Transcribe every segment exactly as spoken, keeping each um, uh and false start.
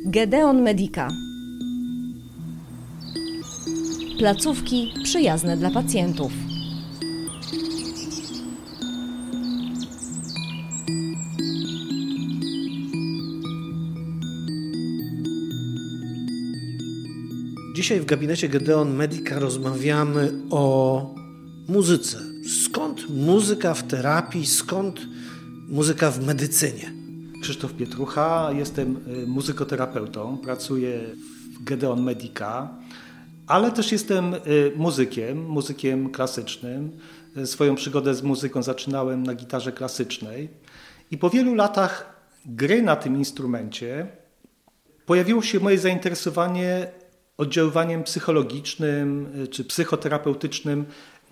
Gedeon Medica. Placówki przyjazne dla pacjentów. Dzisiaj w gabinecie Gedeon Medica rozmawiamy o muzyce. Skąd muzyka w terapii, skąd muzyka w medycynie? Krzysztof Pietrucha, jestem muzykoterapeutą, pracuję w Gedeon Medica, ale też jestem muzykiem, muzykiem klasycznym. Swoją przygodę z muzyką zaczynałem na gitarze klasycznej i po wielu latach gry na tym instrumencie pojawiło się moje zainteresowanie oddziaływaniem psychologicznym czy psychoterapeutycznym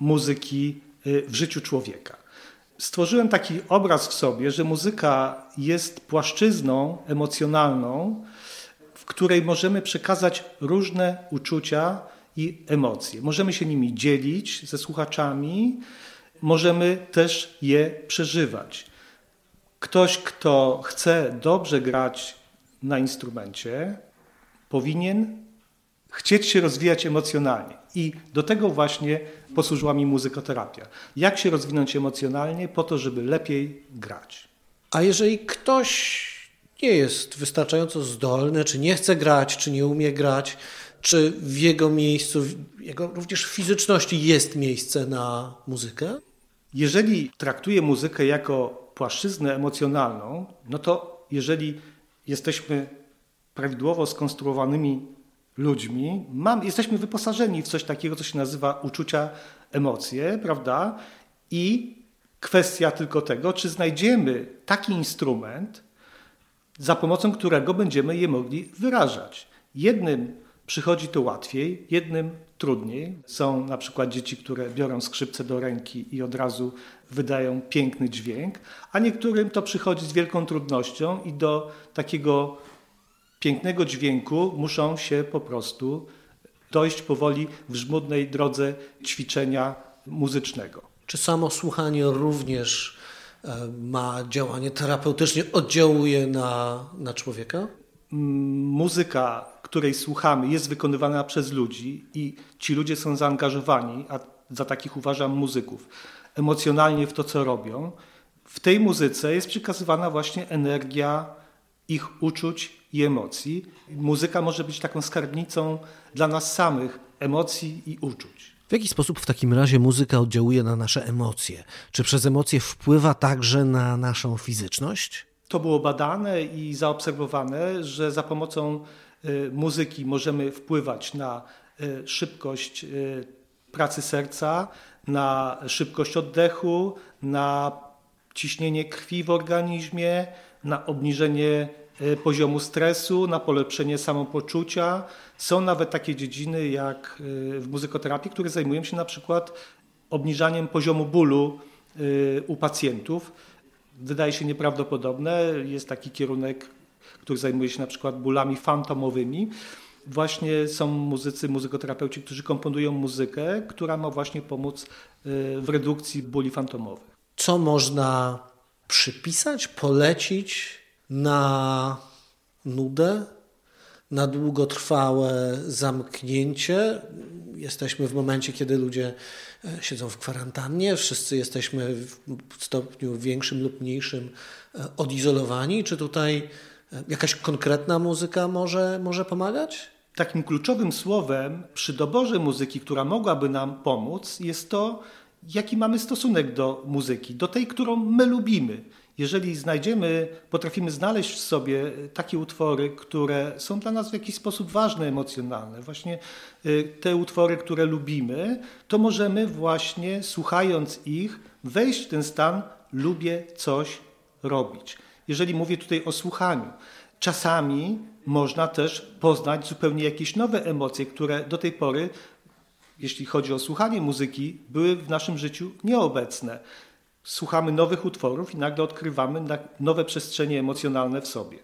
muzyki w życiu człowieka. Stworzyłem taki obraz w sobie, że muzyka jest płaszczyzną emocjonalną, w której możemy przekazać różne uczucia i emocje. Możemy się nimi dzielić ze słuchaczami, możemy też je przeżywać. Ktoś, kto chce dobrze grać na instrumencie, powinien chcieć się rozwijać emocjonalnie. I do tego właśnie posłużyła mi muzykoterapia. Jak się rozwinąć emocjonalnie po to, żeby lepiej grać. A jeżeli ktoś nie jest wystarczająco zdolny, czy nie chce grać, czy nie umie grać, czy w jego miejscu, w jego również fizyczności jest miejsce na muzykę? Jeżeli traktuję muzykę jako płaszczyznę emocjonalną, no to jeżeli jesteśmy prawidłowo skonstruowanymi ludźmi, mam, jesteśmy wyposażeni w coś takiego, co się nazywa uczucia, emocje, prawda? I kwestia tylko tego, czy znajdziemy taki instrument, za pomocą którego będziemy je mogli wyrażać. Jednym przychodzi to łatwiej, jednym trudniej. Są na przykład dzieci, które biorą skrzypce do ręki i od razu wydają piękny dźwięk, a niektórym to przychodzi z wielką trudnością i do takiego pięknego dźwięku muszą się po prostu dojść powoli w żmudnej drodze ćwiczenia muzycznego. Czy samo słuchanie również ma działanie terapeutycznie, oddziałuje na, na człowieka? Muzyka, której słuchamy, jest wykonywana przez ludzi i ci ludzie są zaangażowani, a za takich uważam muzyków, emocjonalnie w to, co robią. W tej muzyce jest przekazywana właśnie energia ich uczuć i emocji. Muzyka może być taką skarbnicą dla nas samych emocji i uczuć. W jaki sposób w takim razie muzyka oddziałuje na nasze emocje? Czy przez emocje wpływa także na naszą fizyczność? To było badane i zaobserwowane, że za pomocą muzyki możemy wpływać na szybkość pracy serca, na szybkość oddechu, na ciśnienie krwi w organizmie, na obniżenie poziomu stresu, na polepszenie samopoczucia. Są nawet takie dziedziny jak w muzykoterapii, które zajmują się na przykład obniżaniem poziomu bólu u pacjentów. Wydaje się nieprawdopodobne. Jest taki kierunek, który zajmuje się na przykład bólami fantomowymi. Właśnie są muzycy, muzykoterapeuci, którzy komponują muzykę, która ma właśnie pomóc w redukcji bóli fantomowych. Co można przypisać, polecić na nudę, na długotrwałe zamknięcie? Jesteśmy w momencie, kiedy ludzie siedzą w kwarantannie, wszyscy jesteśmy w stopniu większym lub mniejszym odizolowani. Czy tutaj jakaś konkretna muzyka może, może pomagać? Takim kluczowym słowem przy doborze muzyki, która mogłaby nam pomóc, jest to, jaki mamy stosunek do muzyki, do tej, którą my lubimy. Jeżeli znajdziemy, potrafimy znaleźć w sobie takie utwory, które są dla nas w jakiś sposób ważne emocjonalne, właśnie te utwory, które lubimy, to możemy właśnie, słuchając ich, wejść w ten stan lubię coś robić. Jeżeli mówię tutaj o słuchaniu, czasami można też poznać zupełnie jakieś nowe emocje, które do tej pory, jeśli chodzi o słuchanie muzyki, były w naszym życiu nieobecne. Słuchamy nowych utworów i nagle odkrywamy nowe przestrzenie emocjonalne w sobie.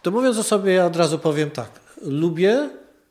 To mówiąc o sobie, ja od razu powiem tak. Lubię,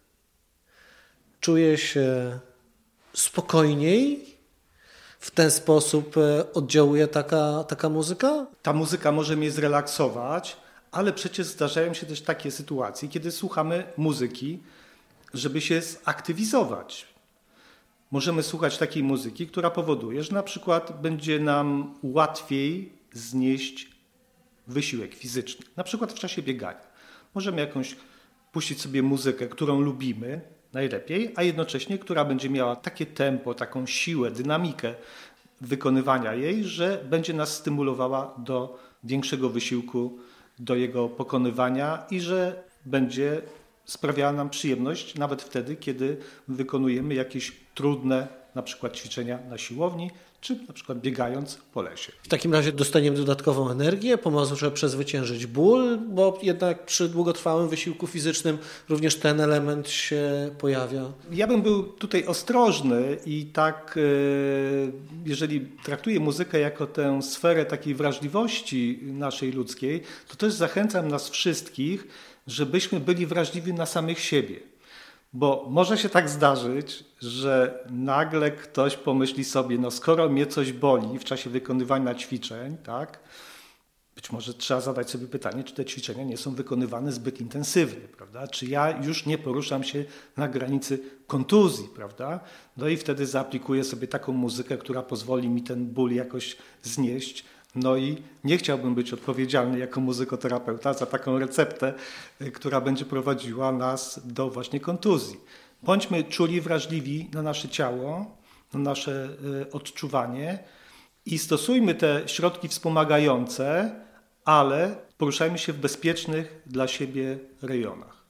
czuję się spokojniej, w ten sposób oddziałuje taka, taka muzyka? Ta muzyka może mnie zrelaksować, ale przecież zdarzają się też takie sytuacje, kiedy słuchamy muzyki, żeby się zaktywizować. Możemy słuchać takiej muzyki, która powoduje, że na przykład będzie nam łatwiej znieść wysiłek fizyczny, na przykład w czasie biegania. Możemy jakąś puścić sobie muzykę, którą lubimy najlepiej, a jednocześnie, która będzie miała takie tempo, taką siłę, dynamikę wykonywania jej, że będzie nas stymulowała do większego wysiłku, do jego pokonywania i że będzie sprawiała nam przyjemność nawet wtedy, kiedy wykonujemy jakieś trudne na przykład ćwiczenia na siłowni, czy na przykład biegając po lesie. W takim razie dostaniemy dodatkową energię, pomoże przezwyciężyć ból, bo jednak przy długotrwałym wysiłku fizycznym również ten element się pojawia. Ja bym był tutaj ostrożny i tak, jeżeli traktuję muzykę jako tę sferę takiej wrażliwości naszej ludzkiej, to też zachęcam nas wszystkich, żebyśmy byli wrażliwi na samych siebie. Bo może się tak zdarzyć, że nagle ktoś pomyśli sobie, no skoro mnie coś boli w czasie wykonywania ćwiczeń, tak, być może trzeba zadać sobie pytanie, czy te ćwiczenia nie są wykonywane zbyt intensywnie, prawda? Czy ja już nie poruszam się na granicy kontuzji, prawda? No i wtedy zaaplikuję sobie taką muzykę, która pozwoli mi ten ból jakoś znieść. No i nie chciałbym być odpowiedzialny jako muzykoterapeuta za taką receptę, która będzie prowadziła nas do właśnie kontuzji. Bądźmy czuli, wrażliwi na nasze ciało, na nasze odczuwanie i stosujmy te środki wspomagające, ale poruszajmy się w bezpiecznych dla siebie rejonach.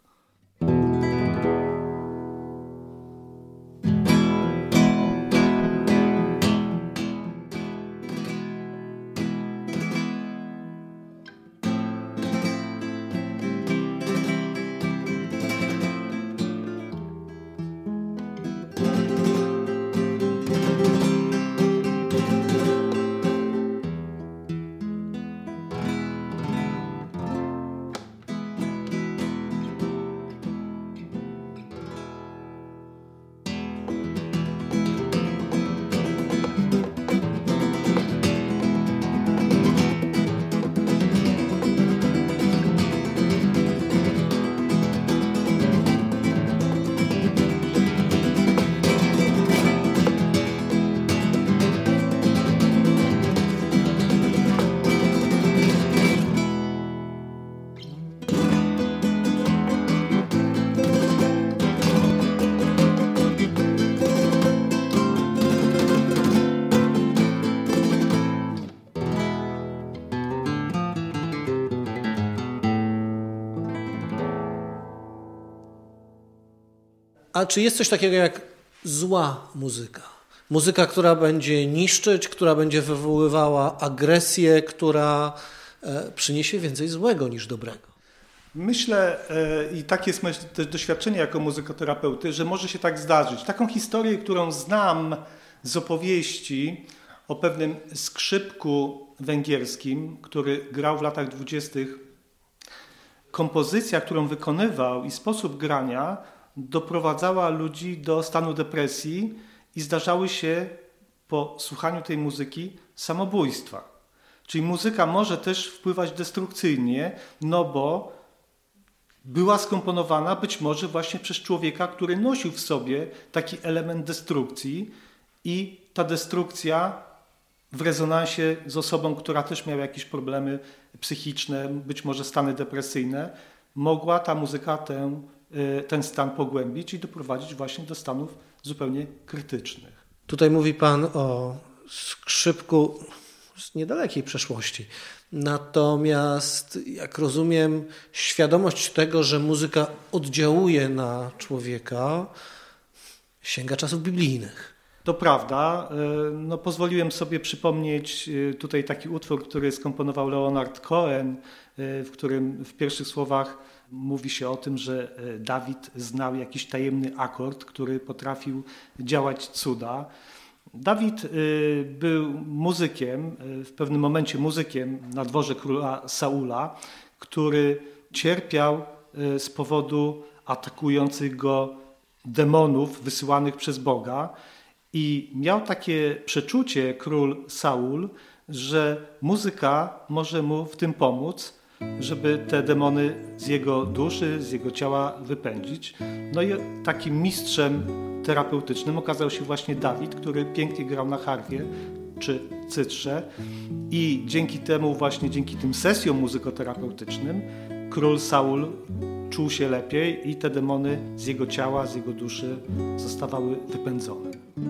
A czy jest coś takiego jak zła muzyka? Muzyka, która będzie niszczyć, która będzie wywoływała agresję, która przyniesie więcej złego niż dobrego? Myślę, i takie jest moje też doświadczenie jako muzykoterapeuty, że może się tak zdarzyć. Taką historię, którą znam z opowieści o pewnym skrzypku węgierskim, który grał w latach dwudziestych. Kompozycja, którą wykonywał i sposób grania doprowadzała ludzi do stanu depresji i zdarzały się po słuchaniu tej muzyki samobójstwa. Czyli muzyka może też wpływać destrukcyjnie, no bo była skomponowana być może właśnie przez człowieka, który nosił w sobie taki element destrukcji i ta destrukcja w rezonansie z osobą, która też miała jakieś problemy psychiczne, być może stany depresyjne, mogła ta muzyka tę, ten stan pogłębić i doprowadzić właśnie do stanów zupełnie krytycznych. Tutaj mówi Pan o skrzypku z niedalekiej przeszłości. Natomiast, jak rozumiem, świadomość tego, że muzyka oddziałuje na człowieka, sięga czasów biblijnych. To prawda. No, pozwoliłem sobie przypomnieć tutaj taki utwór, który skomponował Leonard Cohen, w którym w pierwszych słowach mówi się o tym, że Dawid znał jakiś tajemny akord, który potrafił działać cuda. Dawid był muzykiem, w pewnym momencie muzykiem na dworze króla Saula, który cierpiał z powodu atakujących go demonów wysyłanych przez Boga i miał takie przeczucie król Saul, że muzyka może mu w tym pomóc, żeby te demony z jego duszy, z jego ciała wypędzić. No i takim mistrzem terapeutycznym okazał się właśnie Dawid, który pięknie grał na harfie czy cytrze i dzięki temu właśnie, dzięki tym sesjom muzykoterapeutycznym król Saul czuł się lepiej i te demony z jego ciała, z jego duszy zostawały wypędzone.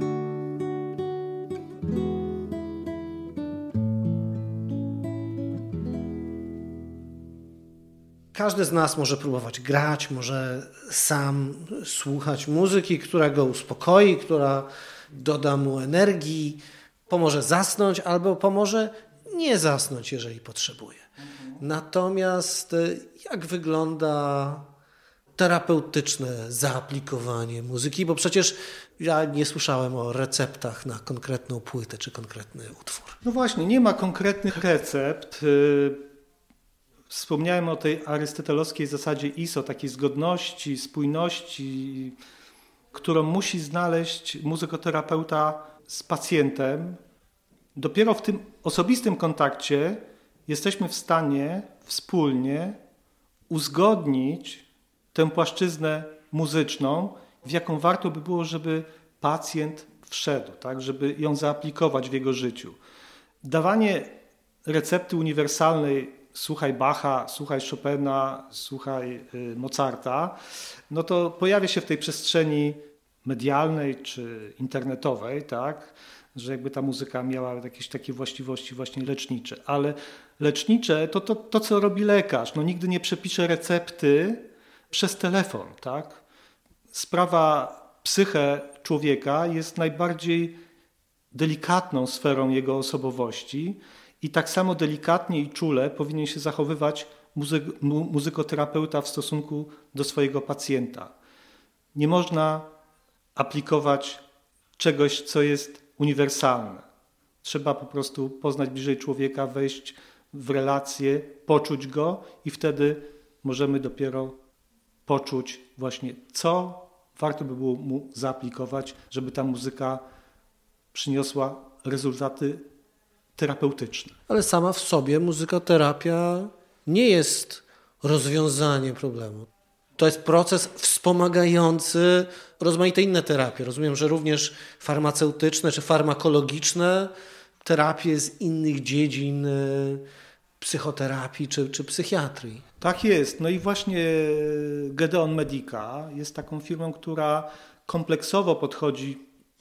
Każdy z nas może próbować grać, może sam słuchać muzyki, która go uspokoi, która doda mu energii, pomoże zasnąć albo pomoże nie zasnąć, jeżeli potrzebuje. Natomiast jak wygląda terapeutyczne zaaplikowanie muzyki? Bo przecież ja nie słyszałem o receptach na konkretną płytę czy konkretny utwór. No właśnie, nie ma konkretnych recept. Wspomniałem o tej arystotelowskiej zasadzie I S O, takiej zgodności, spójności, którą musi znaleźć muzykoterapeuta z pacjentem. Dopiero w tym osobistym kontakcie jesteśmy w stanie wspólnie uzgodnić tę płaszczyznę muzyczną, w jaką warto by było, żeby pacjent wszedł, tak, żeby ją zaaplikować w jego życiu. Dawanie recepty uniwersalnej słuchaj Bacha, słuchaj Chopina, słuchaj Mozarta, no to pojawia się w tej przestrzeni medialnej czy internetowej, tak, że jakby ta muzyka miała jakieś takie właściwości właśnie lecznicze. Ale lecznicze to to, to co robi lekarz. No nigdy nie przepisze recepty przez telefon, tak. Sprawa psyche człowieka jest najbardziej delikatną sferą jego osobowości. I tak samo delikatnie i czule powinien się zachowywać muzy- mu- muzykoterapeuta w stosunku do swojego pacjenta. Nie można aplikować czegoś, co jest uniwersalne. Trzeba po prostu poznać bliżej człowieka, wejść w relację, poczuć go i wtedy możemy dopiero poczuć właśnie, co warto by było mu zaaplikować, żeby ta muzyka przyniosła rezultaty terapeutyczne. Ale sama w sobie muzykoterapia nie jest rozwiązaniem problemu. To jest proces wspomagający rozmaite inne terapie. Rozumiem, że również farmaceutyczne czy farmakologiczne, terapie z innych dziedzin psychoterapii czy, czy psychiatrii. Tak jest. No i właśnie Gedeon Medica jest taką firmą, która kompleksowo podchodzi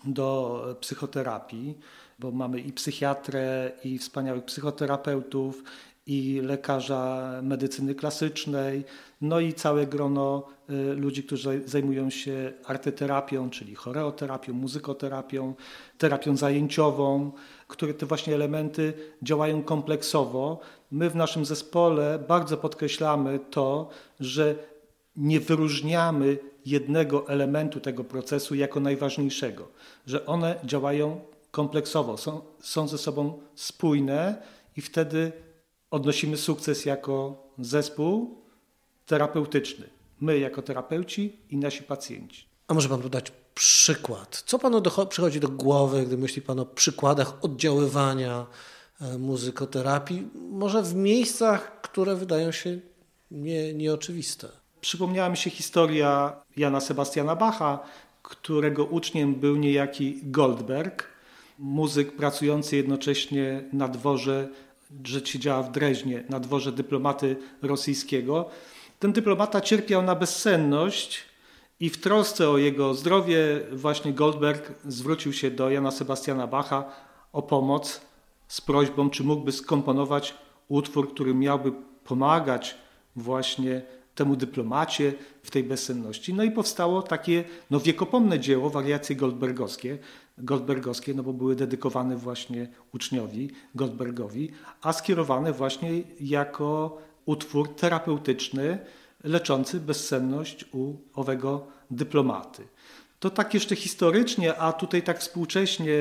do psychoterapii, bo mamy i psychiatrę, i wspaniałych psychoterapeutów, i lekarza medycyny klasycznej, no i całe grono ludzi, którzy zajmują się arteterapią, czyli choreoterapią, muzykoterapią, terapią zajęciową, które te właśnie elementy działają kompleksowo. My w naszym zespole bardzo podkreślamy to, że nie wyróżniamy jednego elementu tego procesu jako najważniejszego, że one działają kompleksowo, są, są ze sobą spójne i wtedy odnosimy sukces jako zespół terapeutyczny. My jako terapeuci i nasi pacjenci. A może pan podać przykład? Co panu do, przychodzi do głowy, gdy myśli pan o przykładach oddziaływania e, muzykoterapii? Może w miejscach, które wydają się nie, nieoczywiste. Przypomniała mi się historia Jana Sebastiana Bacha, którego uczniem był niejaki Goldberg, muzyk pracujący jednocześnie na dworze, że siedziała w Dreźnie, na dworze dyplomaty rosyjskiego. Ten dyplomata cierpiał na bezsenność i w trosce o jego zdrowie właśnie Goldberg zwrócił się do Jana Sebastiana Bacha o pomoc z prośbą, czy mógłby skomponować utwór, który miałby pomagać właśnie temu dyplomacie w tej bezsenności. No i powstało takie no, wiekopomne dzieło, wariacje goldbergowskie, goldbergowskie, no bo były dedykowane właśnie uczniowi Goldbergowi, a skierowane właśnie jako utwór terapeutyczny, leczący bezsenność u owego dyplomaty. To tak jeszcze historycznie, a tutaj tak współcześnie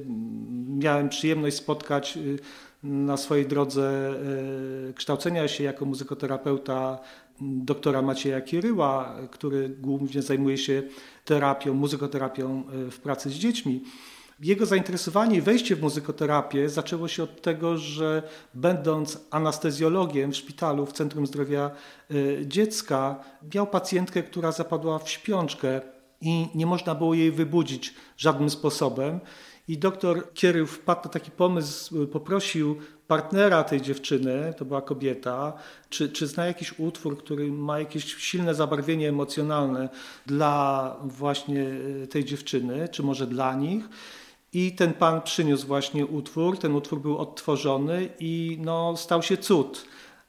miałem przyjemność spotkać na swojej drodze kształcenia się jako muzykoterapeuta doktora Macieja Kieryła, który głównie zajmuje się terapią, muzykoterapią w pracy z dziećmi. Jego zainteresowanie i wejście w muzykoterapię zaczęło się od tego, że będąc anestezjologiem w szpitalu w Centrum Zdrowia Dziecka, miał pacjentkę, która zapadła w śpiączkę i nie można było jej wybudzić żadnym sposobem. I doktor Kierył wpadł na taki pomysł, poprosił partnera tej dziewczyny, to była kobieta, czy, czy zna jakiś utwór, który ma jakieś silne zabarwienie emocjonalne dla właśnie tej dziewczyny, czy może dla nich. I ten pan przyniósł właśnie utwór, ten utwór był odtworzony i no, stał się cud.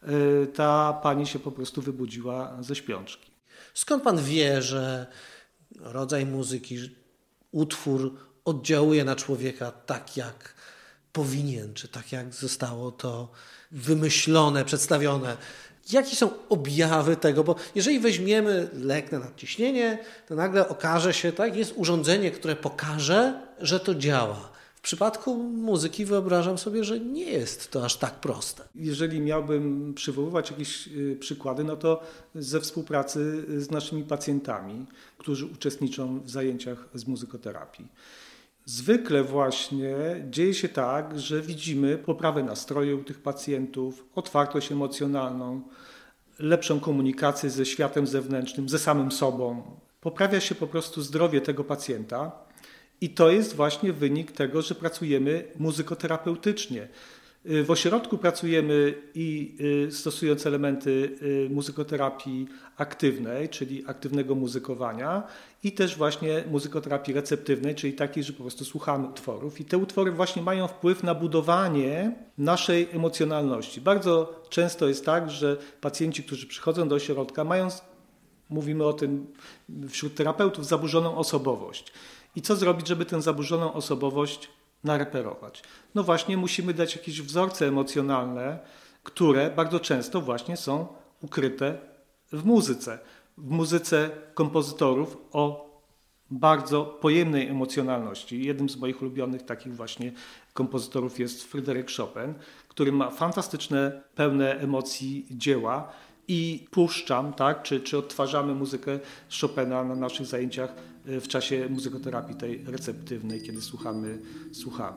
Ta pani się po prostu wybudziła ze śpiączki. Skąd pan wie, że rodzaj muzyki, utwór oddziałuje na człowieka tak, jak powinien, czy tak, jak zostało to wymyślone, przedstawione? Jakie są objawy tego? Bo jeżeli weźmiemy lek na nadciśnienie, to nagle okaże się, tak, jest urządzenie, które pokaże, że to działa. W przypadku muzyki wyobrażam sobie, że nie jest to aż tak proste. Jeżeli miałbym przywoływać jakieś przykłady, no to ze współpracy z naszymi pacjentami, którzy uczestniczą w zajęciach z muzykoterapii. Zwykle właśnie dzieje się tak, że widzimy poprawę nastroju tych pacjentów, otwartość emocjonalną, lepszą komunikację ze światem zewnętrznym, ze samym sobą. Poprawia się po prostu zdrowie tego pacjenta i to jest właśnie wynik tego, że pracujemy muzykoterapeutycznie. W ośrodku pracujemy i stosując elementy muzykoterapii aktywnej, czyli aktywnego muzykowania i też właśnie muzykoterapii receptywnej, czyli takiej, że po prostu słuchamy utworów i te utwory właśnie mają wpływ na budowanie naszej emocjonalności. Bardzo często jest tak, że pacjenci, którzy przychodzą do ośrodka, mają, mówimy o tym wśród terapeutów, zaburzoną osobowość. I co zrobić, żeby tę zaburzoną osobowość nareperować? No właśnie musimy dać jakieś wzorce emocjonalne, które bardzo często właśnie są ukryte w muzyce. W muzyce kompozytorów o bardzo pojemnej emocjonalności. Jednym z moich ulubionych takich właśnie kompozytorów jest Fryderyk Chopin, który ma fantastyczne, pełne emocji dzieła i puszczam, tak, czy, czy odtwarzamy muzykę Chopina na naszych zajęciach w czasie muzykoterapii tej receptywnej, kiedy słuchamy, słuchamy.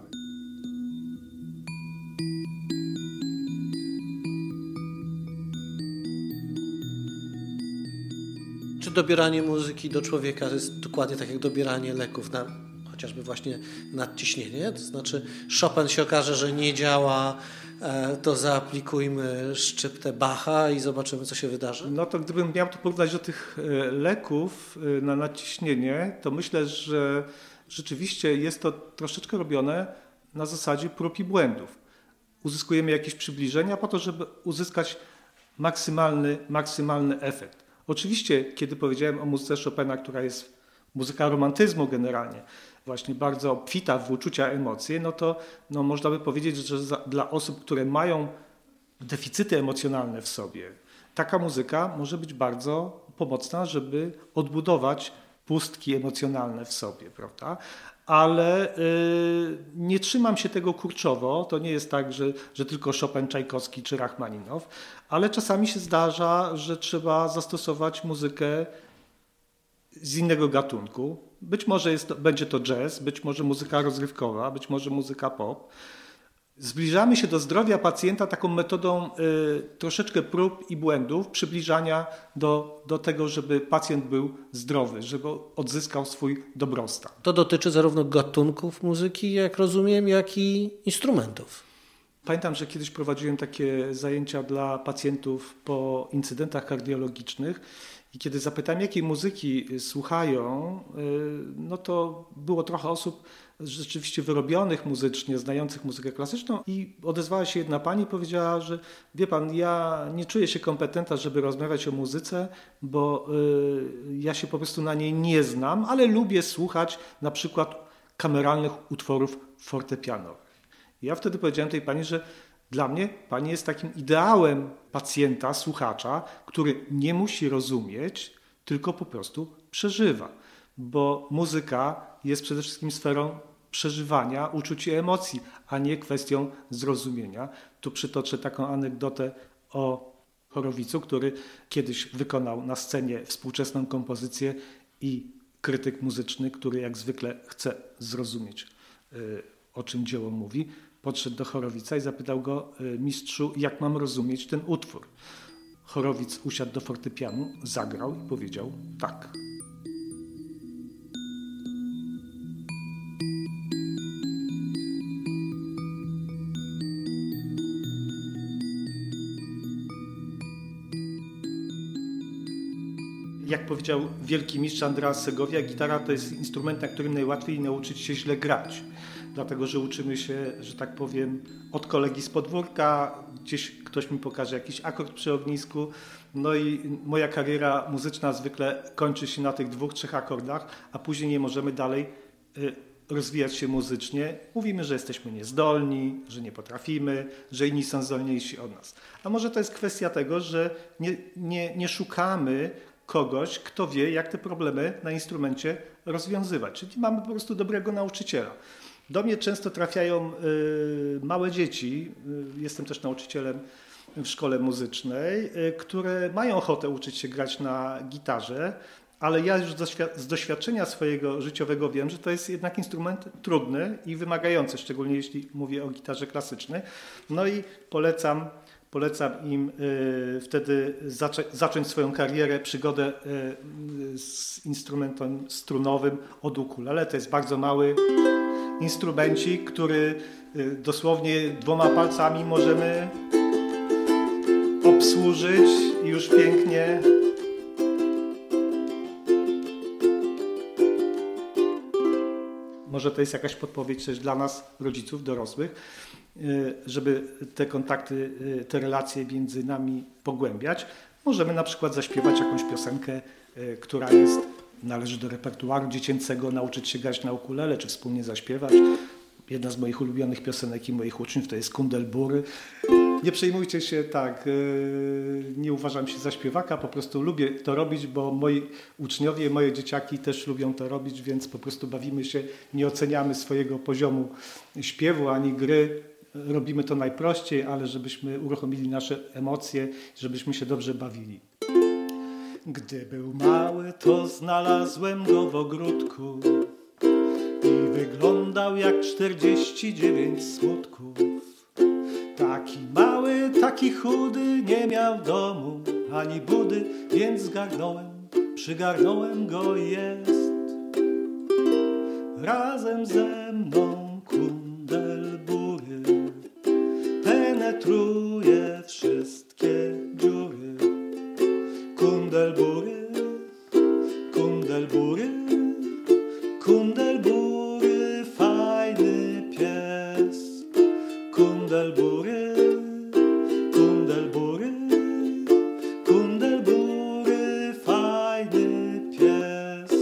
Czy dobieranie muzyki do człowieka to jest dokładnie tak jak dobieranie leków na chociażby właśnie nadciśnienie? To znaczy Chopin się okaże, że nie działa, to zaaplikujmy szczyptę Bacha i zobaczymy, co się wydarzy? No to gdybym miał to porównać do tych leków na nadciśnienie, to myślę, że rzeczywiście jest to troszeczkę robione na zasadzie prób i błędów. Uzyskujemy jakieś przybliżenia po to, żeby uzyskać maksymalny, maksymalny efekt. Oczywiście, kiedy powiedziałem o muzyce Chopina, która jest muzyka romantyzmu generalnie, właśnie bardzo obfita w uczucia, emocje, no to no można by powiedzieć, że za, dla osób, które mają deficyty emocjonalne w sobie, taka muzyka może być bardzo pomocna, żeby odbudować pustki emocjonalne w sobie, prawda? Ale y, nie trzymam się tego kurczowo, to nie jest tak, że, że tylko Chopin, Czajkowski czy Rachmaninow, ale czasami się zdarza, że trzeba zastosować muzykę z innego gatunku. Być może jest to, będzie to jazz, być może muzyka rozrywkowa, być może muzyka pop. Zbliżamy się do zdrowia pacjenta taką metodą y, troszeczkę prób i błędów, przybliżania do, do tego, żeby pacjent był zdrowy, żeby odzyskał swój dobrostan. To dotyczy zarówno gatunków muzyki, jak rozumiem, jak i instrumentów. Pamiętam, że kiedyś prowadziłem takie zajęcia dla pacjentów po incydentach kardiologicznych i kiedy zapytałem, jakiej muzyki słuchają, no to było trochę osób rzeczywiście wyrobionych muzycznie, znających muzykę klasyczną i odezwała się jedna pani i powiedziała, że wie pan, ja nie czuję się kompetentna, żeby rozmawiać o muzyce, bo ja się po prostu na niej nie znam, ale lubię słuchać na przykład kameralnych utworów fortepianowych. Ja wtedy powiedziałem tej pani, że dla mnie pani jest takim ideałem pacjenta, słuchacza, który nie musi rozumieć, tylko po prostu przeżywa. Bo muzyka jest przede wszystkim sferą przeżywania uczuć i emocji, a nie kwestią zrozumienia. Tu przytoczę taką anegdotę o Chorowicu, który kiedyś wykonał na scenie współczesną kompozycję i krytyk muzyczny, który jak zwykle chce zrozumieć, o czym dzieło mówi, podszedł do Chorowica i zapytał go: mistrzu, jak mam rozumieć ten utwór? Chorowic usiadł do fortepianu, zagrał i powiedział tak. Jak powiedział wielki mistrz Andreas Segovia, gitara to jest instrument, na którym najłatwiej nauczyć się źle grać. Dlatego, że uczymy się, że tak powiem, od kolegi z podwórka, gdzieś ktoś mi pokaże jakiś akord przy ognisku. No i moja kariera muzyczna zwykle kończy się na tych dwóch, trzech akordach, a później nie możemy dalej rozwijać się muzycznie. Mówimy, że jesteśmy niezdolni, że nie potrafimy, że inni są zdolniejsi od nas. A może to jest kwestia tego, że nie, nie, nie szukamy kogoś, kto wie, jak te problemy na instrumencie rozwiązywać. Czyli mamy po prostu dobrego nauczyciela. Do mnie często trafiają y, małe dzieci, y, jestem też nauczycielem w szkole muzycznej, y, które mają ochotę uczyć się grać na gitarze, ale ja już z doświadczenia swojego życiowego wiem, że to jest jednak instrument trudny i wymagający, szczególnie jeśli mówię o gitarze klasycznej. No i polecam Polecam im y, wtedy zaczę, zacząć swoją karierę, przygodę y, z instrumentem strunowym od ukulele. To jest bardzo mały instrumencik, który y, dosłownie dwoma palcami możemy obsłużyć i już pięknie może to jest jakaś podpowiedź też dla nas, rodziców, dorosłych, żeby te kontakty, te relacje między nami pogłębiać. Możemy na przykład zaśpiewać jakąś piosenkę, która jest, należy do repertuaru dziecięcego, nauczyć się grać na ukulele, czy wspólnie zaśpiewać. Jedna z moich ulubionych piosenek i moich uczniów to jest Kundel Bury. Nie przejmujcie się tak, nie uważam się za śpiewaka, po prostu lubię to robić, bo moi uczniowie, moje dzieciaki też lubią to robić, więc po prostu bawimy się, nie oceniamy swojego poziomu śpiewu ani gry. Robimy to najprościej, ale żebyśmy uruchomili nasze emocje, żebyśmy się dobrze bawili. Gdy był mały, to znalazłem go w ogródku i wyglądał jak czterdzieści dziewięć smutków. Taki mały, taki chudy, nie miał domu ani budy, więc zgarnąłem, przygarnąłem go i jest razem ze mną kundel bury. Penetruje wszystkie dziury. Kundel bury, kundel bury, kundel bury, fajny pies. Kundel bury, kundel bury, kundel bury, fajny pies.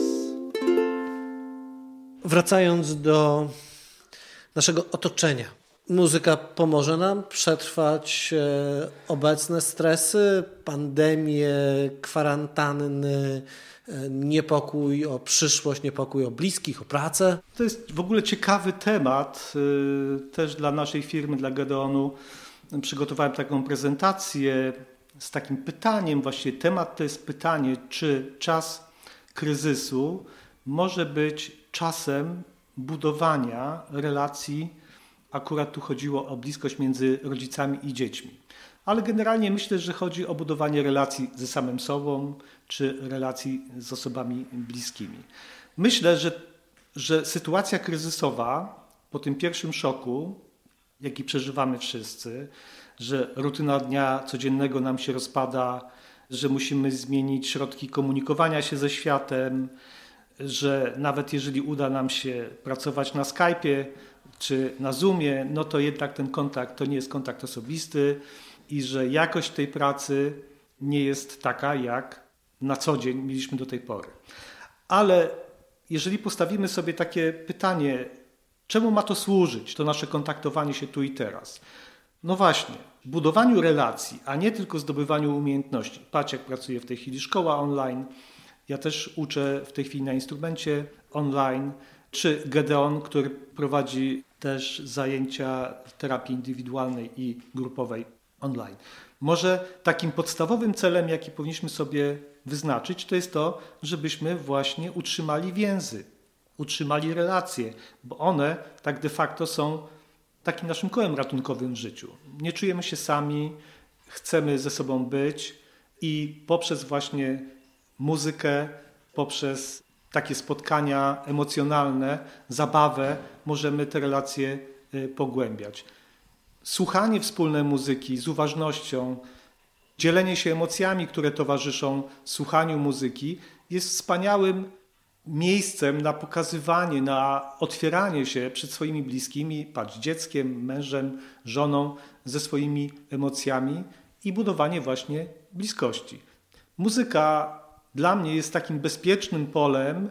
Wracając do naszego otoczenia. Muzyka pomoże nam przetrwać obecne stresy, pandemie, kwarantanny, niepokój o przyszłość, niepokój o bliskich, o pracę. To jest w ogóle ciekawy temat. Też dla naszej firmy, dla Gedeonu przygotowałem taką prezentację z takim pytaniem. Właściwie temat to jest pytanie, czy czas kryzysu może być czasem budowania relacji. Akurat tu chodziło o bliskość między rodzicami i dziećmi. Ale generalnie myślę, że chodzi o budowanie relacji ze samym sobą, czy relacji z osobami bliskimi. Myślę, że, że sytuacja kryzysowa po tym pierwszym szoku, jaki przeżywamy wszyscy, że rutyna dnia codziennego nam się rozpada, że musimy zmienić środki komunikowania się ze światem, że nawet jeżeli uda nam się pracować na Skype'ie, czy na Zoomie, no to jednak ten kontakt to nie jest kontakt osobisty i że jakość tej pracy nie jest taka, jak na co dzień mieliśmy do tej pory. Ale jeżeli postawimy sobie takie pytanie, czemu ma to służyć, to nasze kontaktowanie się tu i teraz? No właśnie, budowaniu relacji, a nie tylko zdobywaniu umiejętności. Patrz, jak pracuje w tej chwili szkoła online. Ja też uczę w tej chwili na instrumencie online, czy Gedeon, który prowadzi też zajęcia terapii indywidualnej i grupowej online. Może takim podstawowym celem, jaki powinniśmy sobie wyznaczyć, to jest to, żebyśmy właśnie utrzymali więzy, utrzymali relacje, bo one tak de facto są takim naszym kołem ratunkowym w życiu. Nie czujemy się sami, chcemy ze sobą być i poprzez właśnie muzykę, poprzez takie spotkania emocjonalne, zabawę, możemy te relacje pogłębiać. Słuchanie wspólnej muzyki z uważnością, dzielenie się emocjami, które towarzyszą słuchaniu muzyki, jest wspaniałym miejscem na pokazywanie, na otwieranie się przed swoimi bliskimi, patrz, dzieckiem, mężem, żoną, ze swoimi emocjami i budowanie właśnie bliskości. Muzyka dla mnie jest takim bezpiecznym polem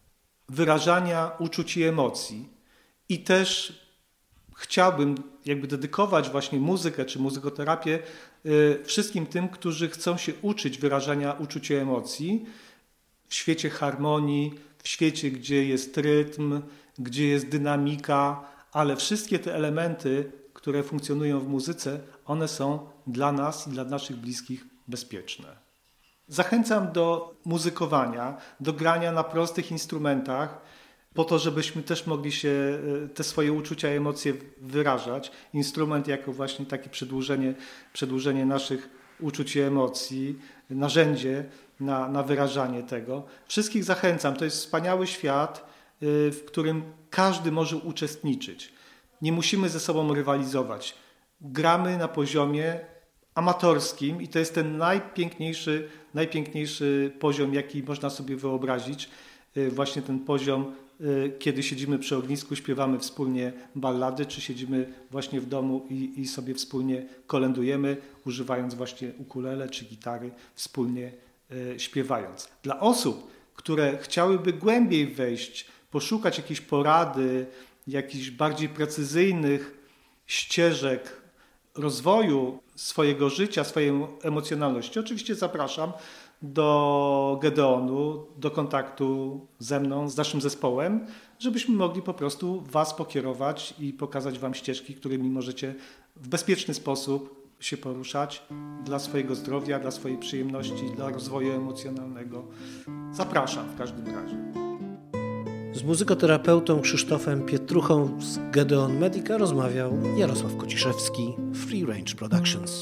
wyrażania uczuć i emocji i też chciałbym jakby dedykować właśnie muzykę czy muzykoterapię wszystkim tym, którzy chcą się uczyć wyrażania uczuć i emocji w świecie harmonii, w świecie, gdzie jest rytm, gdzie jest dynamika, ale wszystkie te elementy, które funkcjonują w muzyce, one są dla nas i dla naszych bliskich bezpieczne. Zachęcam do muzykowania, do grania na prostych instrumentach, po to, żebyśmy też mogli się te swoje uczucia i emocje wyrażać. Instrument jako właśnie takie przedłużenie, przedłużenie naszych uczuć i emocji, narzędzie na, na wyrażanie tego. Wszystkich zachęcam. To jest wspaniały świat, w którym każdy może uczestniczyć. Nie musimy ze sobą rywalizować. Gramy na poziomie amatorskim i to jest ten najpiękniejszy, najpiękniejszy poziom, jaki można sobie wyobrazić. Właśnie ten poziom, kiedy siedzimy przy ognisku, śpiewamy wspólnie ballady, czy siedzimy właśnie w domu i, i sobie wspólnie kolędujemy, używając właśnie ukulele czy gitary, wspólnie y, śpiewając. Dla osób, które chciałyby głębiej wejść, poszukać jakiejś porady, jakichś bardziej precyzyjnych ścieżek rozwoju swojego życia, swojej emocjonalności, oczywiście zapraszam do Gedeonu, do kontaktu ze mną, z naszym zespołem, żebyśmy mogli po prostu Was pokierować i pokazać Wam ścieżki, którymi możecie w bezpieczny sposób się poruszać dla swojego zdrowia, dla swojej przyjemności, dla rozwoju emocjonalnego. Zapraszam w każdym razie. Z muzykoterapeutą Krzysztofem Pietruchą z Gedeon Medica rozmawiał Jarosław Kociszewski, Free Range Productions.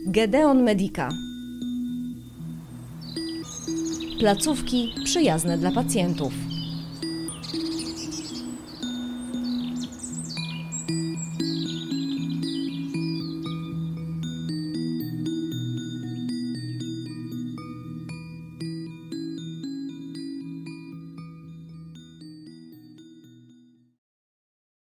Gedeon Medica. Placówki przyjazne dla pacjentów.